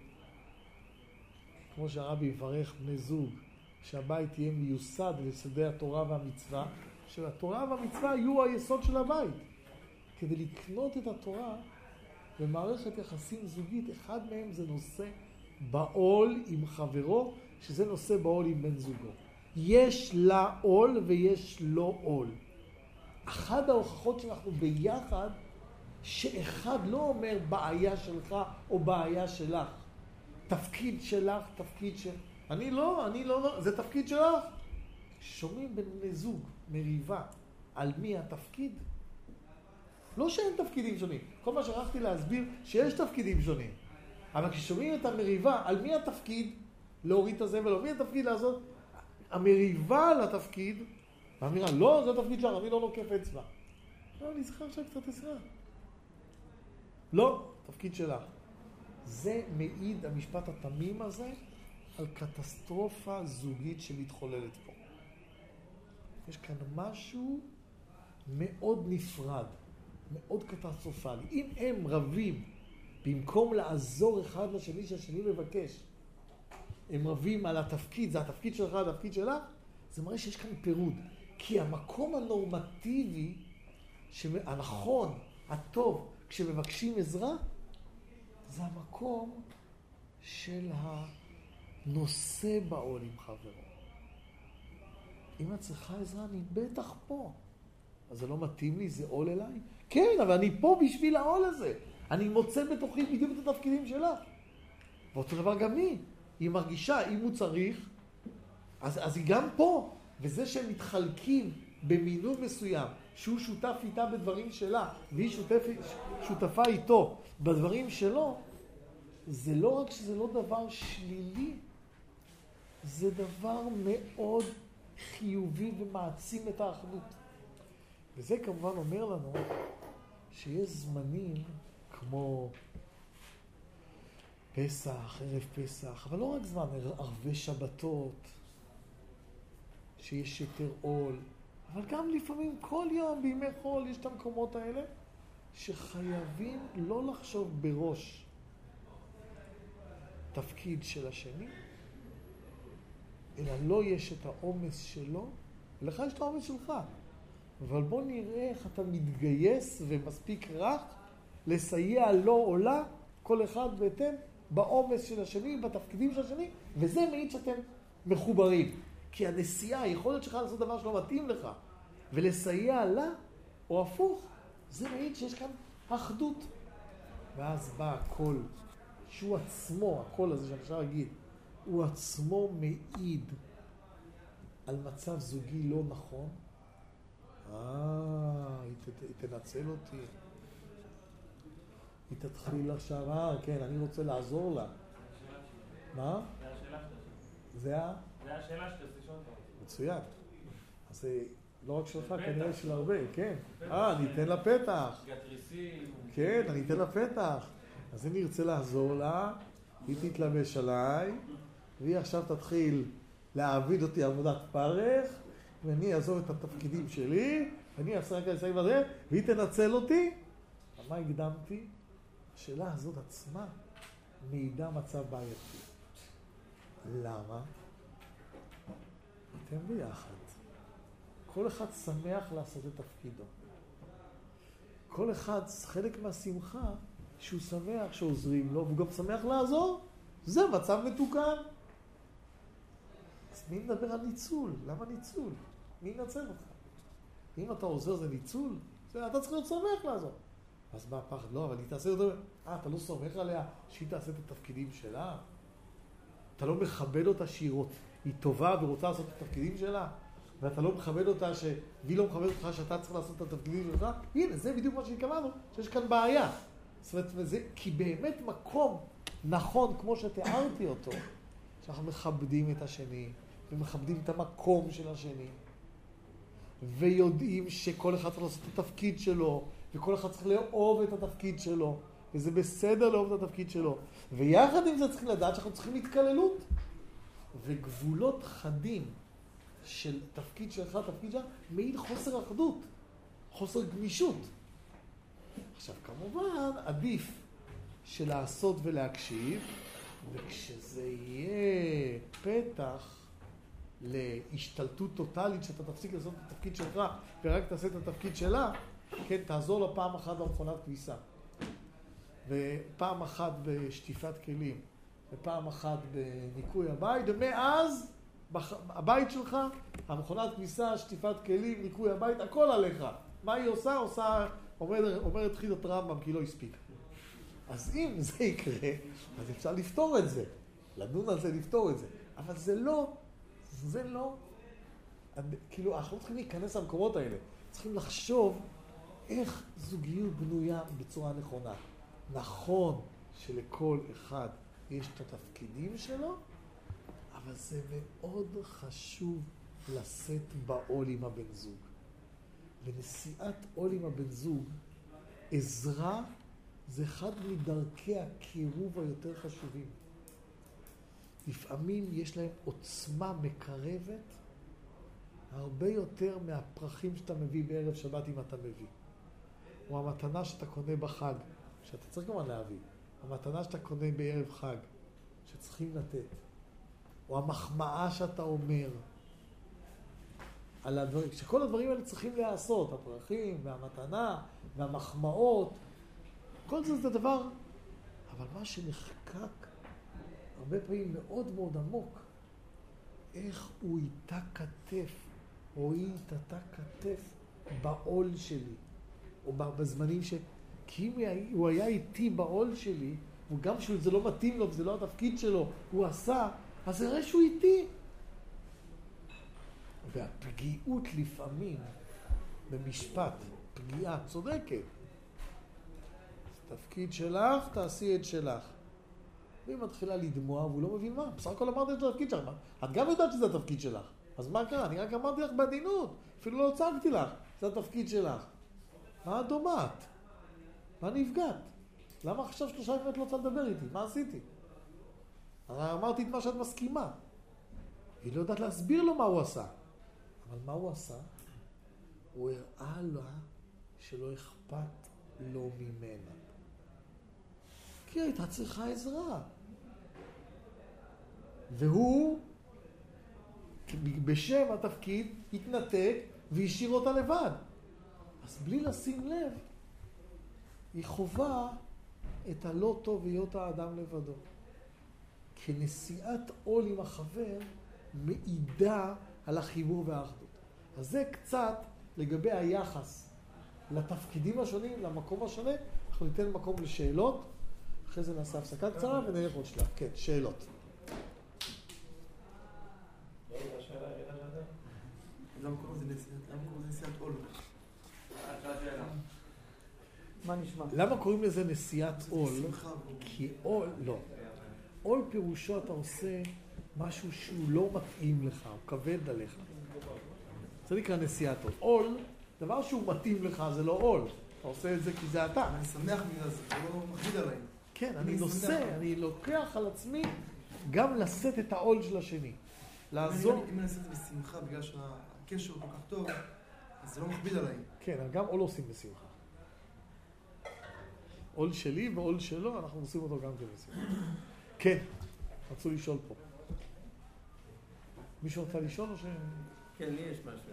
כמו שהרבי יברך בני זוג, שהבית יהיה מיוסד ליסודי התורה והמצווה, שהתורה והמצווה יהיו היסוד של הבית. כדי לקנות את התורה במערכת יחסים זוגית, אחד מהם זה נושא בעול עם חברו, שזה נושא בעול עם בן זוגו. יש לה עול ויש לו עול. אחת ההוכחות שאנחנו ביחד, שאחד לא אומר בעיה שלך או בעיה שלך. תפקיד שלך, תפקיד של... אני לא, זה תפקיד שלך. שומעים בין בני זוג מריבה על מי התפקיד. לא שאין תפקידים שונים. כל מה שרחתי להסביר שיש תפקידים שונים. אבל כששומעים את המריבה על מי התפקיד להוריד את הזבל, או מי התפקיד לעשות, המריבה על התפקיד, האמירה, לא, זה התפקיד שלך, אני לא נוקף אצבע. לא, אני זוכר עכשיו קצת עזרה. לא, תפקיד שלך. זה מעיד, המשפט התמים הזה, על קטסטרופה זוגית שמתחוללת פה. יש כאן משהו מאוד נפרד, מאוד קטסטרופלי. אם הם רבים, במקום לעזור אחד לשני שהשני מבקש, הם רבים על התפקיד, זה התפקיד שלך, התפקיד שלך, זה מראה שיש כאן פירוד. כי המקום הנורמטיבי, הנכון, הטוב, כשמבקשים עזרה, זה המקום של נושא בעול עם חברו. אם את צריכה עזרה, אני בטח פה. אז זה לא מתאים לי, זה עול אליי? כן, אבל אני פה בשביל העול הזה. אני מוצא בתוכי בדיוק את התפקידים שלה. ואותו דבר גם היא מרגישה, אם הוא צריך, אז היא גם פה. וזה שהם מתחלקים במינון מסוים, שהוא שותף איתה בדברים שלה, והיא שותפה איתו בדברים שלו, זה לא רק שזה לא דבר שלילי, זה דבר מאוד חיובי ומעצים את האחדות. וזה כמובן אומר לנו שיש זמנים כמו פסח, ערב פסח, אבל לא רק זמן, ערבי שבתות, שיש יותר עול, אבל גם לפעמים כל יום בימי חול יש את המקומות האלה שחייבים לא לחשוב בראש תפקיד של השני, אלא לא יש את העומס שלו, ולך יש את העומס שלך. אבל בוא נראה איך אתה מתגייס ומספיק רך לסייע לו או לה, כל אחד בהתאם, בעומס של השני, בתפקידים של השני, וזה מעיד שאתם מחוברים. כי הנסיעה, היכולת שלך לעשות דבר שלא מתאים לך, ולסייע לה, או הפוך, זה מעיד שיש כאן אחדות. ואז בא הקול, שהוא עצמו, הקול הזה שאפשר להגיד, הוא עצמו מעיד על מצב זוגי לא נכון. היא תנצל אותי. היא תתחיל עכשיו, כן, אני רוצה לעזור לה. מה? זה השאלה שאתה לשאול אותה. מצוין. אז לא רק שלך, כנראה של הרבה, כן. אני אתן לה פתח. גטריסים. כן, אני אתן לה פתח. אז אני ארצה לעזור לה, היא תתלבש עליי, והיא עכשיו תתחיל להעביד אותי עבודת פרך, ואני אעזוב את התפקידים שלי, ואני אעשה רק לסיים בזה, והיא תנצל אותי. אבל מה הקדמתי? השאלה הזאת עצמה מעידה מצב בעייתי. למה? אתם ביחד. כל אחד שמח לעשות את תפקידו. כל אחד, חלק מהשמחה, שהוא שמח שעוזרים לו, והוא גם שמח לעזור. זה מצב מתוקן. אז מי מדבר על ניצול? למה ניצול? מי ינצל אותך? אם אתה עוזר זה ניצול, אתה צריך להיות שמח לעזור. אז מה הפחד? לא, אבל היא תעשה יותר... אתה לא סומך עליה שהיא תעשה את התפקידים שלה? אתה לא מכבד אותה שהיא טובה ורוצה לעשות את התפקידים שלה? ואתה לא מכבד אותה והיא לא מכבד אותך שאתה צריך לעשות את התפקידים שלך? הנה, זה בדיוק מה שהתכוונו, שיש כאן בעיה. זאת אומרת, וזה, כי באמת מקום נכון, כמו שתיארתי אותו, שאנחנו מכבדים את השני, ומכבדים את המקום של השני, ויודעים שכל אחד צריך לעשות את התפקיד שלו, וכל אחד צריך לאהוב את התפקיד שלו, וזה בסדר לאהוב את התפקיד שלו. ויחד עם זה צריכים לדעת שאנחנו צריכים התקללות. וגבולות חדים של תפקיד שלך, תפקיד שלך, מעיד חוסר אחדות, חוסר גמישות. עכשיו, כמובן, עדיף שלעשות ולהקשיב, וכשזה יהיה פתח להשתלטות טוטלית, שאתה תפסיק לעשות את התפקיד שלך, ורק תעשה את התפקיד שלה, כן, תעזור לה פעם אחת במכונת כביסה, ופעם אחת בשטיפת כלים, ופעם אחת בניקוי הבית, ומאז הבית שלך, המכונת כביסה, שטיפת כלים, ניקוי הבית, הכל עליך. מה היא עושה, אומרת חידת רמב"ם, כי לא הספיק. אז אם זה יקרה, אז אפשר לפתור את זה. לדון על זה, לפתור את זה. אבל זה לא, כאילו, אנחנו צריכים להיכנס למקומות האלה. צריכים לחשוב איך זוגיות בנויה בצורה נכונה. נכון שלכל אחד יש את התפקידים שלו, אבל זה מאוד חשוב לשאת בעול עם הבן זוג. ונשיאת עול עם הבן זוג, עזרה, זה אחד מדרכי הקירוב היותר חשובים. לפעמים יש להם עוצמה מקרבת הרבה יותר מהפרחים שאתה מביא בערב שבת אם אתה מביא. או המתנה שאתה קונה בחג, שאתה צריך כמובן להביא. המתנה שאתה קונה בערב חג, שצריכים לתת. או המחמאה שאתה אומר על הדברים, שכל הדברים האלה צריכים לעשות, הפרחים והמתנה והמחמאות, כל זה דבר, אבל מה שנחקק הרבה פעמים מאוד מאוד עמוק, איך הוא איתה כתף, או היא איתה כתף בעול שלי, או בזמנים כי אם הוא היה איתי בעול שלי, וגם שזה לא מתאים לו, וזה לא התפקיד שלו, הוא עשה, אז הרי שהוא איתי. והפגיעות לפעמים במשפט, פגיעה צודקת. תפקיד שלך, תעשי את שלך. והיא מתחילה לדמוע, והוא לא מבין מה. בסך הכל אמרתי את התפקיד שלך. את גם יודעת שזה התפקיד שלך. אז מה קרה? אני רק אמרתי לך בעדינות. אפילו לא צעקתי לך. זה התפקיד שלך. מה את דומעת? מה נפגעת? למה עכשיו 3 ימים את לא רוצה לדבר איתי? מה עשיתי? אמרתי את מה שאת מסכימה. היא לא יודעת להסביר לו מה הוא עשה. אבל מה הוא עשה? הוא הראה לה שלא אכפת לו ממנה. כי הייתה צריכה עזרה. והוא, בשם התפקיד, התנתק והשאיר אותה לבד. אז בלי לשים לב, היא חובה את הלא טוב היות האדם לבדו. כנשיאת עול עם החבר, מעידה על החיבור והאחדות. אז זה קצת לגבי היחס לתפקידים השונים, למקום השונה. אנחנו ניתן מקום לשאלות, אחרי זה נעשה הפסקה קצרה ונלך עוד שלב. כן, שאלות. למה קוראים לזה נשיאת עול? מה נשמע? למה קוראים לזה נשיאת עול? כי עול, לא. עול פירושו אתה עושה משהו שהוא לא מתאים לך, הוא כבד עליך. זה נקרא נשיאת עול. עול, דבר שהוא מתאים לך זה לא עול. אתה עושה את זה כי זה אתה. אני שמח בגלל זה, זה לא מכביד עליי. כן, אני נושא, אני לוקח על עצמי גם לשאת את העול של השני. לעזור. אם אני אעשה את זה בשמחה בגלל שהקשר הוא כל כך טוב, אז זה לא מכביד עליי. כן, גם עול עושים בשמחה. עול שלי ועול שלו, אנחנו עושים אותו גם כן בשמחה. כן, רצו לשאול פה. מישהו רוצה לשאול או ש... כן, לי יש משהו.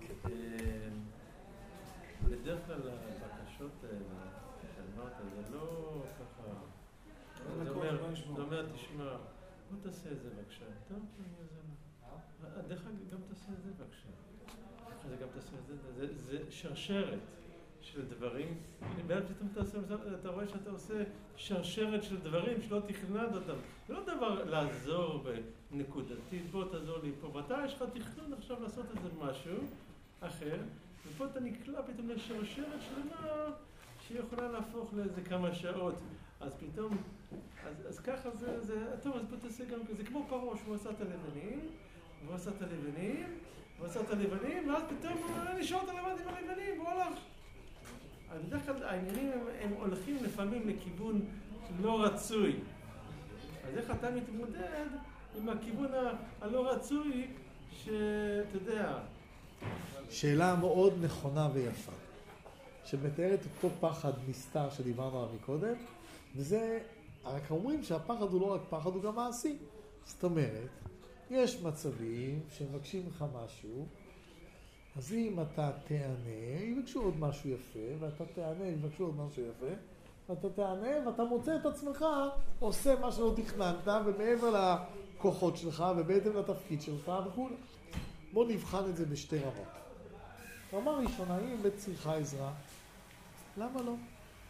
בדרך כלל הבקשות שאמרת, זה לא ככה... זה אומר, תשמע, בוא תעשה את זה בבקשה. טוב, אני אעזר לך. דרך אגב, גם תעשה את זה בבקשה. זה גם תעשה את זה. זה שרשרת של דברים. ואז פתאום אתה רואה שאתה עושה שרשרת של דברים שלא תכננת אותם. זה לא דבר לעזור בנקודתית, בוא תעזור לי פה. ואתה יש לך תכנון עכשיו לעשות איזה משהו אחר, ופה אתה נקלע פתאום לשרשרת שלמה שיכולה להפוך לאיזה כמה שעות. אז פתאום, אז ככה זה, טוב, אז בוא תעשה גם כזה, כמו פרעה שהוא עשה את הלבנים, והוא עשה את הלבנים, והוא עשה את הלבנים, ואז פתאום הוא נשאר את הלבד עם הלבנים, והוא הולך. אז בדרך כלל העניינים הם הולכים לפעמים לכיוון לא רצוי. אז איך אתה מתמודד עם הכיוון הלא רצוי שאתה יודע... שאלה מאוד נכונה ויפה, שמתארת אותו פחד נסתר שדיברנו עליו מקודם, וזה, רק אומרים שהפחד הוא לא רק פחד, הוא גם מעשי. זאת אומרת, יש מצבים שמבקשים לך משהו, אז אם אתה תענה, יבקשו עוד משהו יפה, ואתה תענה, יבקשו עוד משהו יפה, ואתה תענה, ואתה מוצא את עצמך, עושה מה שלא תכננת, ומעבר לכוחות שלך, ובעצם לתפקיד שלך, וכו'. בוא נבחן את זה בשתי רמות. רמה ראשונה, אם בית צריכה עזרה, למה לא?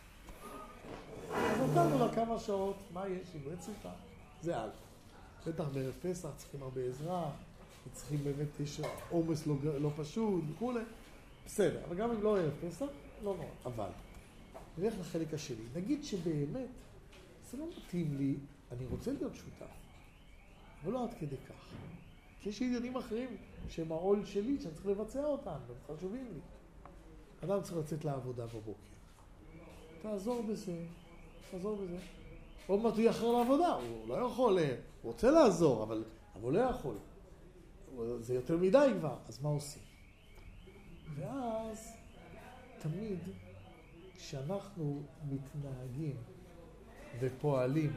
אז נתנו לה כמה שעות, מה יש? אם בית צריכה, זה על. בטח בערב פסח צריכים הרבה עזרה, צריכים באמת, יש עומס לא פשוט וכו'. בסדר, אבל גם אם לא ערב פסח, לא נורא. אבל, נלך לחלק השני. נגיד שבאמת, זה לא מתאים לי, אני רוצה להיות שותף, אבל לא עד כדי כך. כי יש עניינים אחרים שהם העול שלי, שאני צריך לבצע אותם, והם חשובים לי. אדם צריך לצאת לעבודה בבוקר. תעזור בזה, תעזור בזה. עוד מעט הוא יאחר לעבודה, הוא לא יכול, הוא רוצה לעזור, אבל הוא לא יכול. זה יותר מדי כבר, אז מה עושים? ואז, תמיד, כשאנחנו מתנהגים ופועלים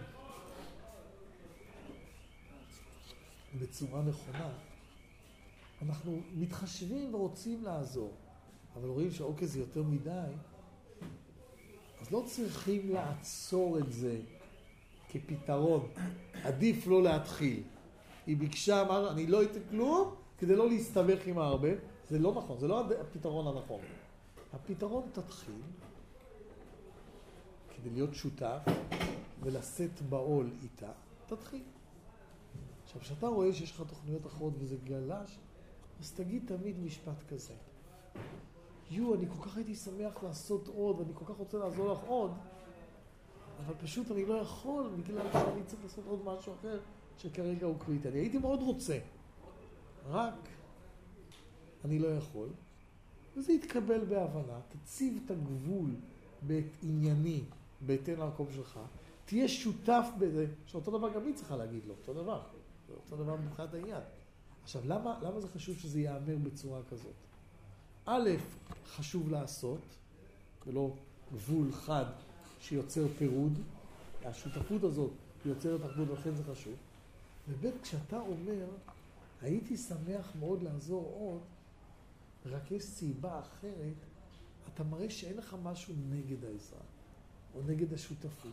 בצורה נכונה, אנחנו מתחשבים ורוצים לעזור, אבל רואים שאוקיי זה יותר מדי, אז לא צריכים לעצור את זה כפתרון, עדיף לא להתחיל. היא ביקשה, אמר, אני לא אתן כלום כדי לא להסתבך עם הרבה. זה לא נכון, זה לא הפתרון הנכון. הפתרון תתחיל כדי להיות שותף ולשאת בעול איתה, תתחיל. עכשיו, כשאתה רואה שיש לך תוכניות אחרות וזה גלש, אז תגיד תמיד משפט כזה. אני כל כך הייתי שמח לעשות עוד, ואני כל כך רוצה לעזור לך עוד, אבל פשוט אני לא יכול, בגלל שאני צריך לעשות עוד משהו אחר שכרגע הוא קריטי. אני הייתי מאוד רוצה, רק אני לא יכול. וזה יתקבל בהבנה, תציב את הגבול בענייני, בהתאם למקום שלך, תהיה שותף בזה, שאותו דבר גם היא צריכה להגיד לו, אותו דבר. אותו דבר מבחינת העניין. עכשיו, למה זה חשוב שזה ייאמר בצורה כזאת? א', חשוב לעשות, ולא גבול חד שיוצר פירוד, השותפות הזאת יוצרת אחדות, ולכן זה חשוב. וב', כשאתה אומר, הייתי שמח מאוד לעזור עוד, רק יש סיבה אחרת, אתה מראה שאין לך משהו נגד העזרה, או נגד השותפות.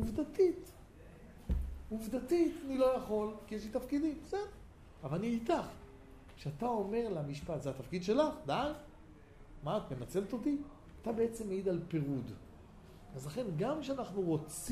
עובדתית, אני לא יכול, כי יש לי תפקידים, בסדר, אבל אני איתך. כשאתה אומר למשפט, זה התפקיד שלך, די? מה, את מנצלת אותי? אתה בעצם מעיד על פירוד. אז לכן, גם כשאנחנו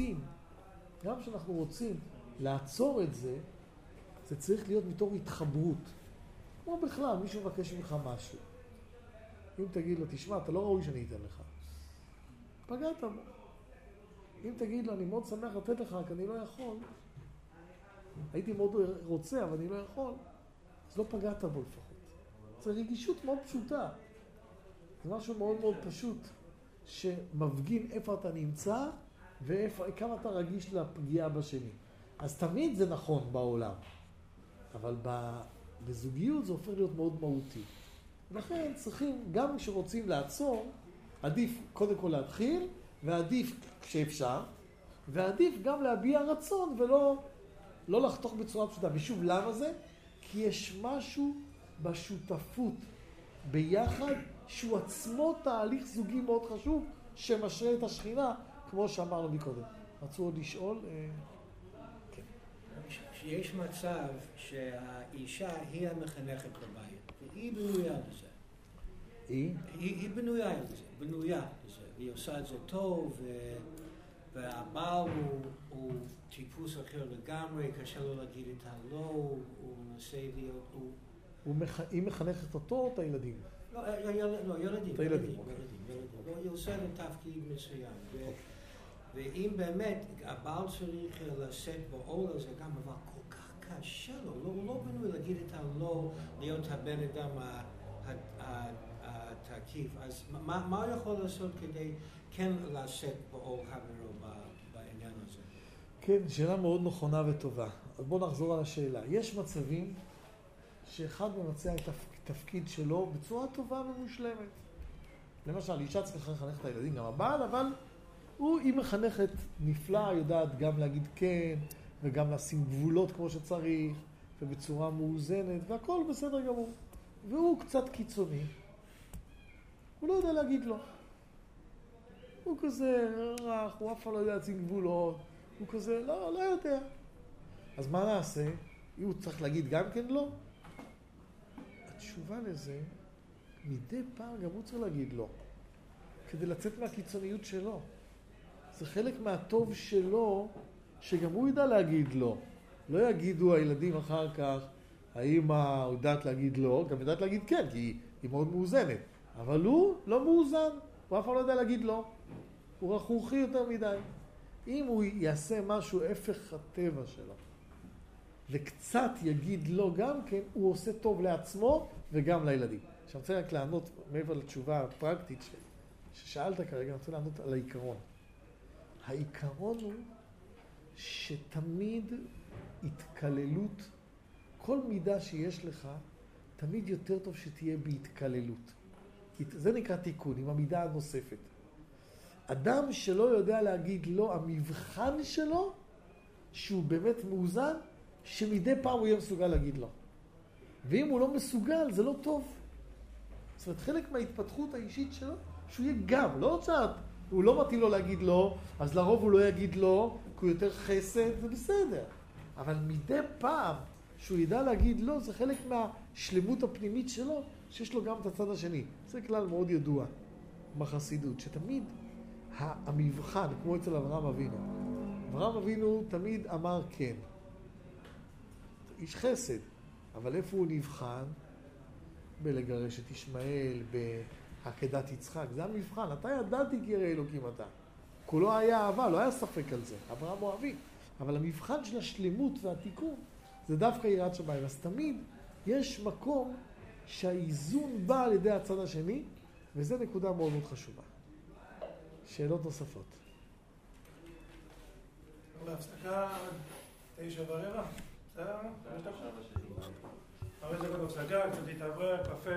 רוצים לעצור את זה, זה צריך להיות מתוך התחברות. כמו בכלל, מישהו מבקש ממך משהו. אם תגיד לו, תשמע, אתה לא ראוי שאני אתן לך. פגעת בו. אם תגיד לו, אני מאוד שמח לתת לך, רק אני לא יכול. הייתי מאוד רוצה, אבל אני לא יכול. אז לא פגעת בו לפחות. זו רגישות מאוד פשוטה. זה משהו מאוד מאוד פשוט, שמפגין איפה אתה נמצא, וכמה אתה רגיש לפגיעה בשני. אז תמיד זה נכון בעולם. אבל בזוגיות זה הופך להיות מאוד מהותי. ולכן צריכים, גם כשרוצים לעצור, עדיף קודם כל להתחיל, ועדיף כשאפשר, ועדיף גם להביע רצון ולא לחתוך בצורה פשוטה. ושוב, למה זה? כי יש משהו בשותפות ביחד, שהוא עצמו תהליך זוגי מאוד חשוב, שמשרה את השכינה, כמו שאמרנו מקודם. רצו עוד לשאול? כן. שיש מצב שהאישה היא המחנכת בבית, והיא בנויה לזה. היא בנויה לזה, והיא עושה את זה טוב, והבעל הוא טיפוס אחר לגמרי, קשה לו להגיד את הלא, הוא מנסה להיות... היא מחנכת אותו או את הילדים? לא, ילדים. את הילדים. היא עושה את התפקיד מסוים. ואם באמת הבעל צריך לשאת בעול הזה גם, אבל כל כך קשה לו, הוא לא בנוי להגיד את הלא, להיות הבן אדם התקיף. אז מה הוא יכול לעשות כדי כן לשאת בעול חברו בעניין הזה? כן, שאלה מאוד נכונה וטובה. אז בואו נחזור על השאלה. יש מצבים שאחד מבצע את התפקיד שלו בצורה טובה ומושלמת. למשל, אישה צריכה לחנך את הילדים, גם הבעל, אבל היא מחנכת נפלאה, יודעת גם להגיד כן, וגם לשים גבולות כמו שצריך, ובצורה מאוזנת, והכל בסדר גמור. והוא קצת קיצוני. הוא לא יודע להגיד לא. הוא כזה רך, הוא אף פעם לא יודע לשים גבולות, הוא כזה, לא יודע. אז מה נעשה? הוא צריך להגיד גם כן לא? התשובה לזה, מדי פעם גם הוא צריך להגיד לא. כדי לצאת מהקיצוניות שלו. זה חלק מהטוב שלו, שגם הוא ידע להגיד לא. לא יגידו הילדים אחר כך, האמא יודעת להגיד לא, גם יודעת להגיד כן, כי היא מאוד מאוזנת. אבל הוא לא מאוזן, הוא אף פעם לא יודע להגיד לא. הוא רכרוכי יותר מדי. אם הוא יעשה משהו הפך הטבע שלו, וקצת יגיד לא גם כן, הוא עושה טוב לעצמו וגם לילדים. עכשיו אני רוצה רק לענות, מעבר לתשובה הפרקטית ששאלת כרגע, אני רוצה לענות על העיקרון. העיקרון הוא שתמיד התקללות, כל מידה שיש לך, תמיד יותר טוב שתהיה בהתקללות. זה נקרא תיקון, עם המידה הנוספת. אדם שלא יודע להגיד לא, המבחן שלו, שהוא באמת מאוזן, שמדי פעם הוא יהיה מסוגל להגיד לא. ואם הוא לא מסוגל, זה לא טוב. זאת אומרת, חלק מההתפתחות האישית שלו, שהוא יהיה גם, לא צעד. הוא לא מתאים לו להגיד לא, אז לרוב הוא לא יגיד לא, כי הוא יותר חסד, זה בסדר. אבל מדי פעם שהוא ידע להגיד לא, זה חלק מהשלמות הפנימית שלו, שיש לו גם את הצד השני. זה כלל מאוד ידוע בחסידות, שתמיד המבחן, כמו אצל אברהם אבינו, אברהם אבינו תמיד אמר כן. איש חסד, אבל איפה הוא נבחן? בלגרש את ישמעאל, בעקדת יצחק. זה המבחן. אתה ידעתי כי ירא אלוקים אתה. כולו היה אהבה, לא היה ספק על זה. אברהם אוהבי. אבל המבחן של השלמות והתיקון זה דווקא יראת שמיים. אז תמיד יש מקום שהאיזון בא על ידי הצד השני, וזו נקודה מאוד מאוד חשובה. שאלות נוספות. בהפסקה עד 9:15. בסדר? 5 דקות הפסקה, קצת להתאוורר, קפה.